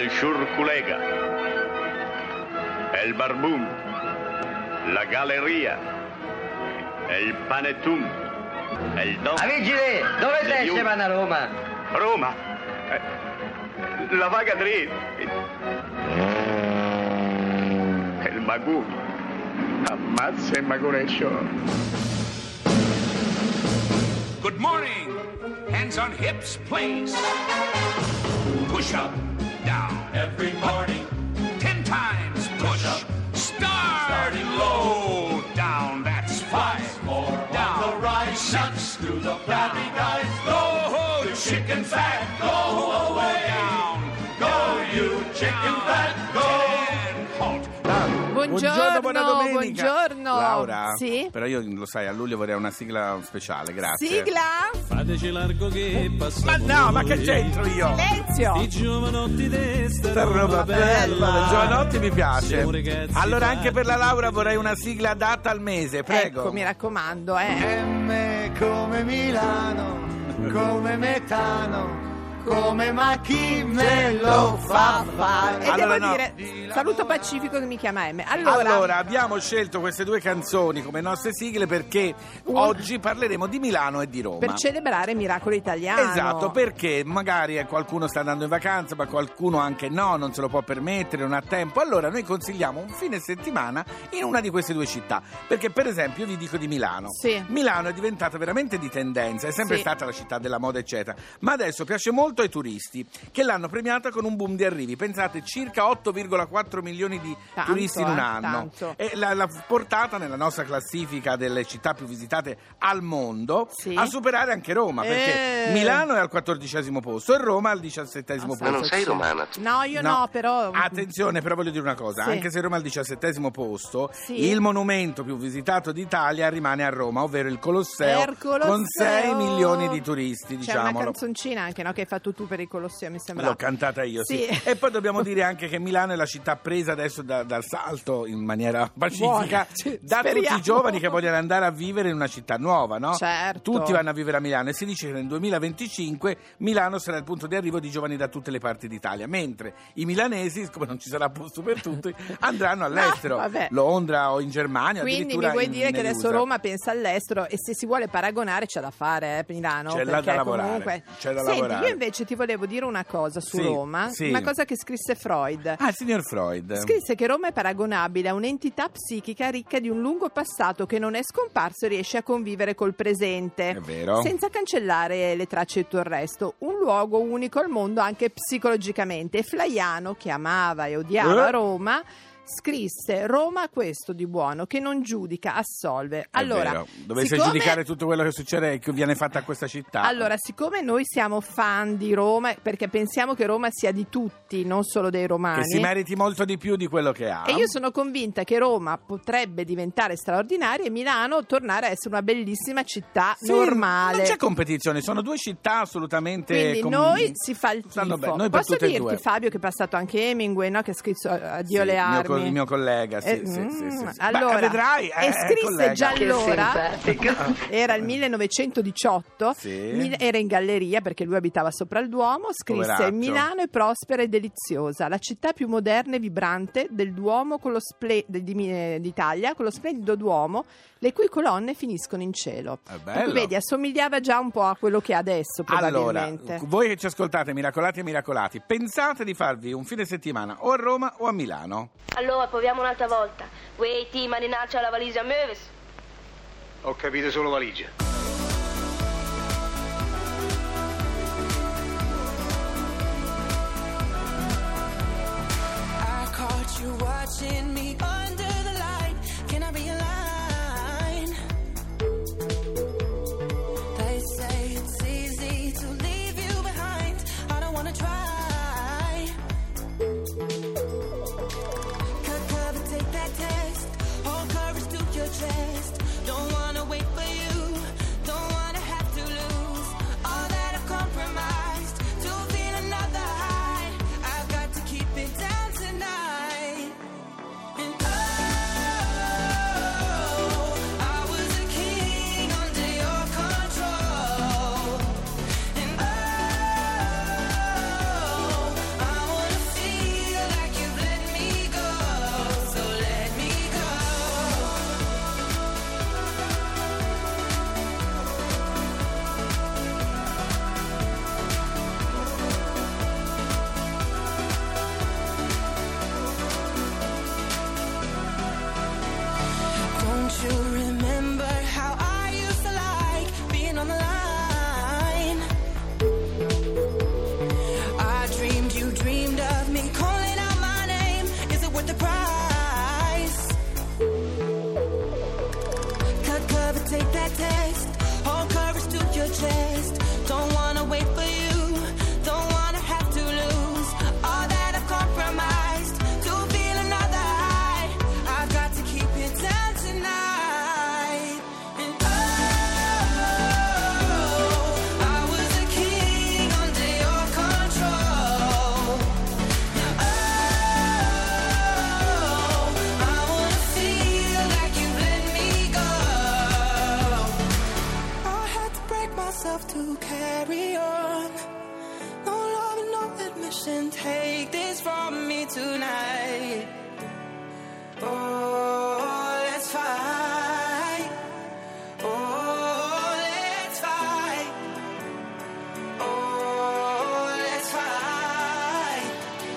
El Shurkulega, El Barbum, La Galleria, El Panetum, El Don. Vigile, dove te se vanno a Roma? Roma? La vaga dritta. Il Magù. Ammazza il Magureccio. Good morning. Hands on hips, please. Push up, down. Every morning. 10 times push. Starting low. Down, that's 5 more. Down. On the right. 6 through the flabby guys. Go, chicken fat. Go away. Down. Go, you chicken fat. Go. Halt. Buongiorno, buona domenica. Buongiorno. Laura? Sì? Però io, lo sai, a luglio vorrei una sigla speciale, grazie. Sigla? Fateci largo che passa. Ma no, ma che c'entro io? Silenzio. I giovanotti d'esta Sta roba bella. Giovanotti mi piace. Siamo ragazzi Allora anche per la Laura vorrei una sigla adatta al mese, prego. Ecco, mi raccomando, M come Milano, come metano, come ma chi me lo fa fare. E Allora, devo no. dire, saluto Pacifico che mi chiama M. Allora, abbiamo scelto queste due canzoni come nostre sigle perché oggi parleremo di Milano e di Roma. per celebrare Miracolo Italiano. Esatto, perché magari qualcuno sta andando in vacanza, ma qualcuno anche no, non se lo può permettere, non ha tempo. Allora noi consigliamo un fine settimana in una di queste due città. Perché per esempio io vi dico di Milano. Sì. Milano è diventata veramente di tendenza, è sempre Sì. stata la città della moda eccetera, ma adesso piace molto ai turisti che l'hanno premiata con un boom di arrivi. Pensate, circa 8,4 milioni di Tanto, turisti in un anno. tanto. E l'ha portata nella nostra classifica delle città più visitate al mondo Sì. a superare anche Roma, perché Milano è al 14° posto e Roma al 17° posto. Ma non sei romana? No, io no, però... Attenzione, però voglio dire una cosa, Sì. anche se Roma è al 17° posto, Sì. il monumento più visitato d'Italia rimane a Roma, ovvero il Colosseo, Il Colosseo. con 6 milioni di turisti, C'è una diciamolo. canzoncina anche, no, che hai fatto tu per il Colosseo, mi sembra. L'ho cantata io, sì. Sì. E poi dobbiamo dire anche che Milano è la città presa adesso dal salto in maniera pacifica Buona, da tutti speriamo. i giovani che vogliono andare a vivere in una città nuova, no? Certo. Tutti vanno a vivere a Milano e si dice che nel 2025 Milano sarà il punto di arrivo di giovani da tutte le parti d'Italia, mentre i milanesi, siccome non ci sarà posto per tutti, andranno all'estero, vabbè. Londra o in Germania. Quindi addirittura mi vuoi in dire che adesso USA. Roma pensa all'estero e se si vuole paragonare c'è da fare, Milano? C'è da perché lavorare, comunque... c'è da Senti, lavorare. io invece ti volevo dire una cosa su Sì, Roma, sì. una cosa che scrisse Freud. Ah, il signor Freud. Scrisse che Roma è paragonabile a un'entità psichica ricca di un lungo passato che non è scomparso e riesce a convivere col presente. È vero. Senza cancellare le tracce di tutto il resto. Un luogo unico al mondo anche psicologicamente. E Flaiano, che amava e odiava Roma, scrisse: Roma ha questo di buono, che non giudica, assolve. È Allora, vero. Dovesse siccome- giudicare tutto quello che succede e che viene fatto a questa città. Allora, siccome noi siamo fan di Roma, perché pensiamo che Roma sia di tutti, non solo dei romani, che si meriti molto di più di quello che ha. e io sono convinta che Roma potrebbe diventare straordinaria e Milano tornare a essere una bellissima città Sì, normale. Non c'è competizione, sono due città assolutamente. Quindi noi si fa il stanno tifo. bene, noi per Posso tutte e dirti, due. Fabio, che è passato anche Hemingway, no? Che ha scritto Addio Sì, le armi. il mio collega, sì, sì. Allora, Beh, vedrai, e scrisse collega. già allora, era il 1918, Sì. era in galleria perché lui abitava sopra il Duomo, scrisse: Poveraccio. Milano è prospera e deliziosa, la città più moderna e vibrante del Duomo con lo d'Italia, con lo splendido Duomo, le cui colonne finiscono in cielo. È bello. Vedi, assomigliava già un po' a quello che è adesso, Allora, probabilmente. voi che ci ascoltate, miracolati e miracolati, pensate di farvi un fine settimana o a Roma o a Milano? Allora proviamo un'altra volta. Wait, ma rinaccia la valigia Möves. Ho capito solo valigia. I caught you watching me under the light. Can I be a line? They say it's easy to leave you behind. I don't wanna try. Cut cover, take that test. Hold courage to your chest. Don't wanna wait for you. can take this from me tonight. Oh, let's fight. Oh, let's fight. Oh, let's fight.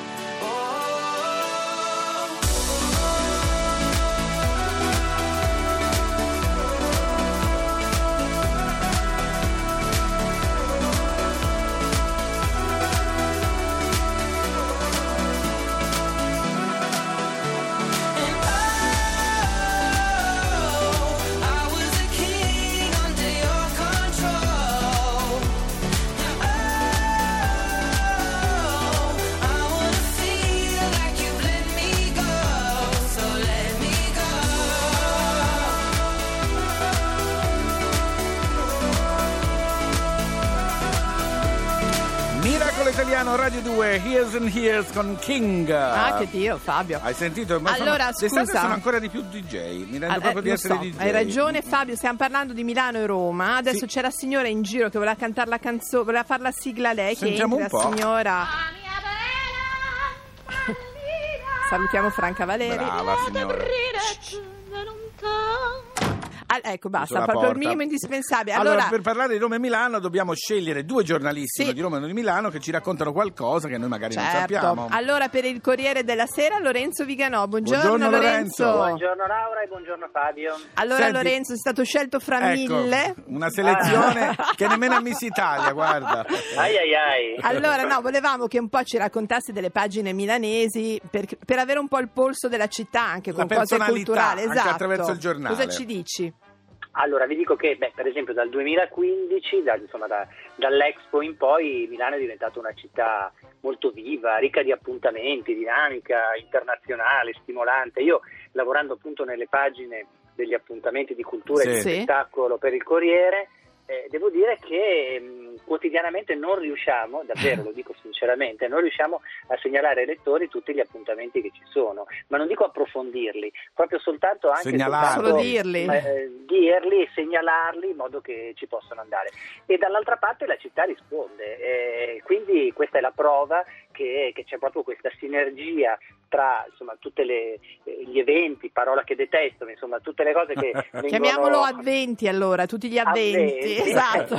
Miracolo Italiano, Radio 2, Here's and Here's con King. Ah, che Dio, Fabio. Hai sentito? Ma Allora, d'estate scusa. sono ancora di più DJ, mi rendo proprio di lo essere so, DJ. hai ragione Fabio, stiamo parlando di Milano e Roma. Adesso Sì. c'è la signora in giro che voleva cantare la canzone, voleva fare la sigla lei. Sentiamo che un entra, po'. la signora. Salutiamo Franca Valeri. Brava signora. Ecco, basta, Sulla proprio il porta. minimo indispensabile. Allora, per parlare di Roma e Milano dobbiamo scegliere due giornalisti, Sì. uno di Roma e uno di Milano, che ci raccontano qualcosa che noi magari non certo. sappiamo. Allora, per il Corriere della Sera, Lorenzo Viganò. Buongiorno, Buongiorno, Lorenzo. Buongiorno Laura e buongiorno Fabio. Allora, Senti, Lorenzo, sei stato scelto fra Ecco, 1000. una selezione che nemmeno a Miss Italia, guarda. Ai. Allora, no, volevamo che un po' ci raccontassi delle pagine milanesi per avere un po' il polso della città, anche La con cose personalità, culturali. anche Esatto. attraverso il giornale. Cosa ci dici? Allora, vi dico che, per esempio, dal 2015, dall'Expo in poi, Milano è diventata una città molto viva, ricca di appuntamenti, dinamica, internazionale, stimolante. Io, lavorando appunto nelle pagine degli appuntamenti di cultura e di Sì. spettacolo per il Corriere, devo dire che quotidianamente non riusciamo, davvero lo dico sinceramente, non riusciamo a segnalare ai lettori tutti gli appuntamenti che ci sono, ma non dico approfondirli, proprio soltanto anche Segnalarli. Solo dirli. dirli e segnalarli in modo che ci possano andare. E dall'altra parte la città risponde, quindi questa è la prova che c'è proprio questa sinergia tra tutti gli eventi, parola che detesto, insomma tutte le cose che vengono... Chiamiamolo avventi allora, tutti gli avventi. Esatto.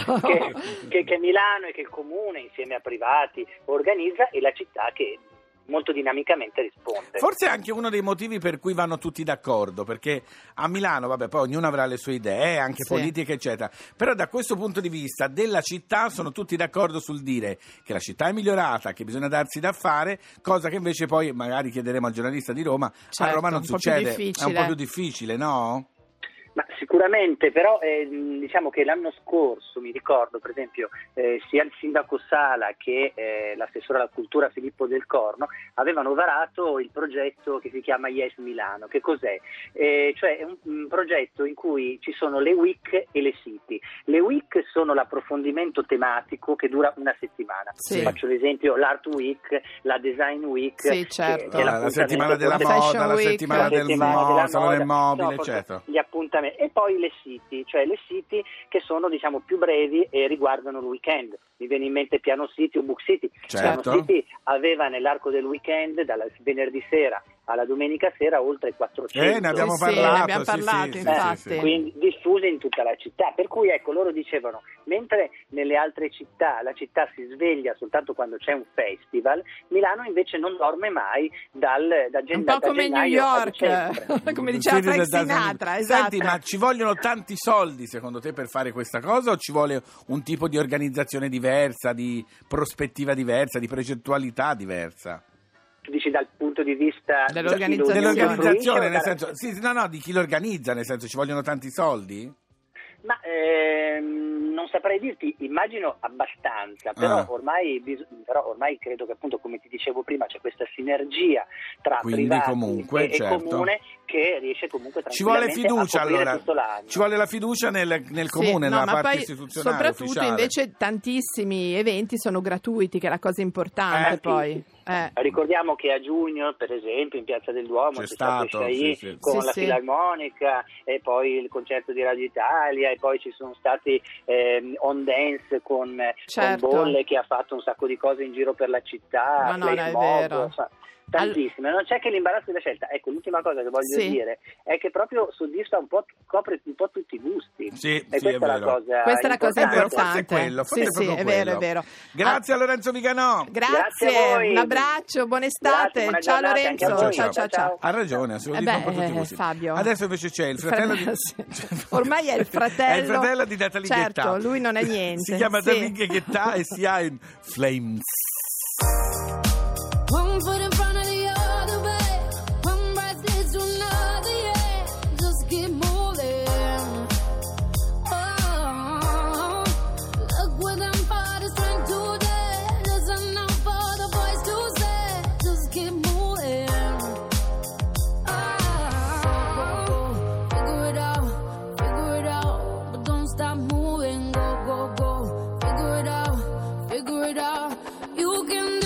che Milano e che il comune insieme a privati organizza e la città che molto dinamicamente risponde. Forse è anche uno dei motivi per cui vanno tutti d'accordo, perché a Milano, vabbè, poi ognuno avrà le sue idee, anche Sì. politiche, eccetera. Però da questo punto di vista della città sono tutti d'accordo sul dire che la città è migliorata, che bisogna darsi da fare, cosa che invece poi magari chiederemo al giornalista di Roma, a Certo, Roma non un po' più succede, è un difficile. po' più difficile, no? Ma sicuramente, però diciamo che l'anno scorso, mi ricordo per esempio, sia il sindaco Sala che l'assessore alla cultura Filippo Del Corno avevano varato il progetto che si chiama Yes Milano. Che cos'è? Cioè è un progetto in cui ci sono le week e le city. Le week sono l'approfondimento tematico che dura una settimana. Sì. Faccio l'esempio, l'Art Week, la Design Week, Sì, certo. che è La settimana della La moda, Fashion la Week, settimana del della salone del moda, mobile, no, certo. gli appuntamenti. E poi le city, cioè le city che sono più brevi e riguardano il weekend. Mi viene in mente Piano City o Book City. Certo. Piano City aveva nell'arco del weekend, dal venerdì sera alla domenica sera, oltre 400. Ne abbiamo Sì, parlato, ne abbiamo sì, parlato, sì, infatti. sì, sì. Quindi diffuse in tutta la città, per cui ecco, loro dicevano, mentre nelle altre città la città si sveglia soltanto quando c'è un festival, Milano invece non dorme mai Un po' come New York, come diceva Sì, Frank da- Sinatra, esatto. Senti, ma ci vogliono tanti soldi secondo te per fare questa cosa o ci vuole un tipo di organizzazione diversa, di prospettiva diversa, di progettualità diversa? Tu dici dal punto di vista Dell'organizzazione. Dell'organizzazione, nel senso senso, di chi l'organizza, nel senso ci vogliono tanti soldi? Ma non saprei dirti, immagino abbastanza, però ormai credo che appunto, come ti dicevo prima, c'è questa sinergia tra Quindi privati comunque, e certo. comune che riesce comunque Ci vuole tranquillamente fiducia a coprire allora. tutto l'anno. Ci vuole la fiducia nel comune, Sì, no, nella ma parte poi istituzionale, soprattutto ufficiale. invece tantissimi eventi sono gratuiti, che è la cosa importante Sì, poi. sì. Ricordiamo che a giugno, per esempio, in Piazza del Duomo c'è stato Shai con la Filarmonica, e poi il concerto di Radio Italia, e poi ci sono stati On Dance con Bolle, che ha fatto un sacco di cose in giro per la città. Ma non è vero. Tantissime, non c'è che l'imbarazzo della scelta. Ecco, l'ultima cosa che voglio dire è che proprio soddisfa copre un po' tutti i gusti. Sì, e questa è la cosa importante. Forse è quello, è vero. Grazie a Lorenzo Viganò. Grazie, un abbraccio, buona estate. Grazie, ciao Lorenzo. Ciao. Ha ragione, assolutamente un po' tutti i gusti. Fabio. Adesso invece c'è il fratello di... Ormai è il fratello. È il fratello di Natalie Guetta. Certo, lui non è niente. Si chiama David Guetta e si ha in Flames. One foot in front of the other way, one breath leads to another, yeah. Just keep moving. Oh, look with them for the strength today. Listen out for the voice to say, just keep moving. Oh, figure it out, but don't stop moving. Go, figure it out, you can do.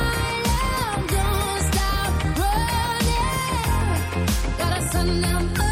Now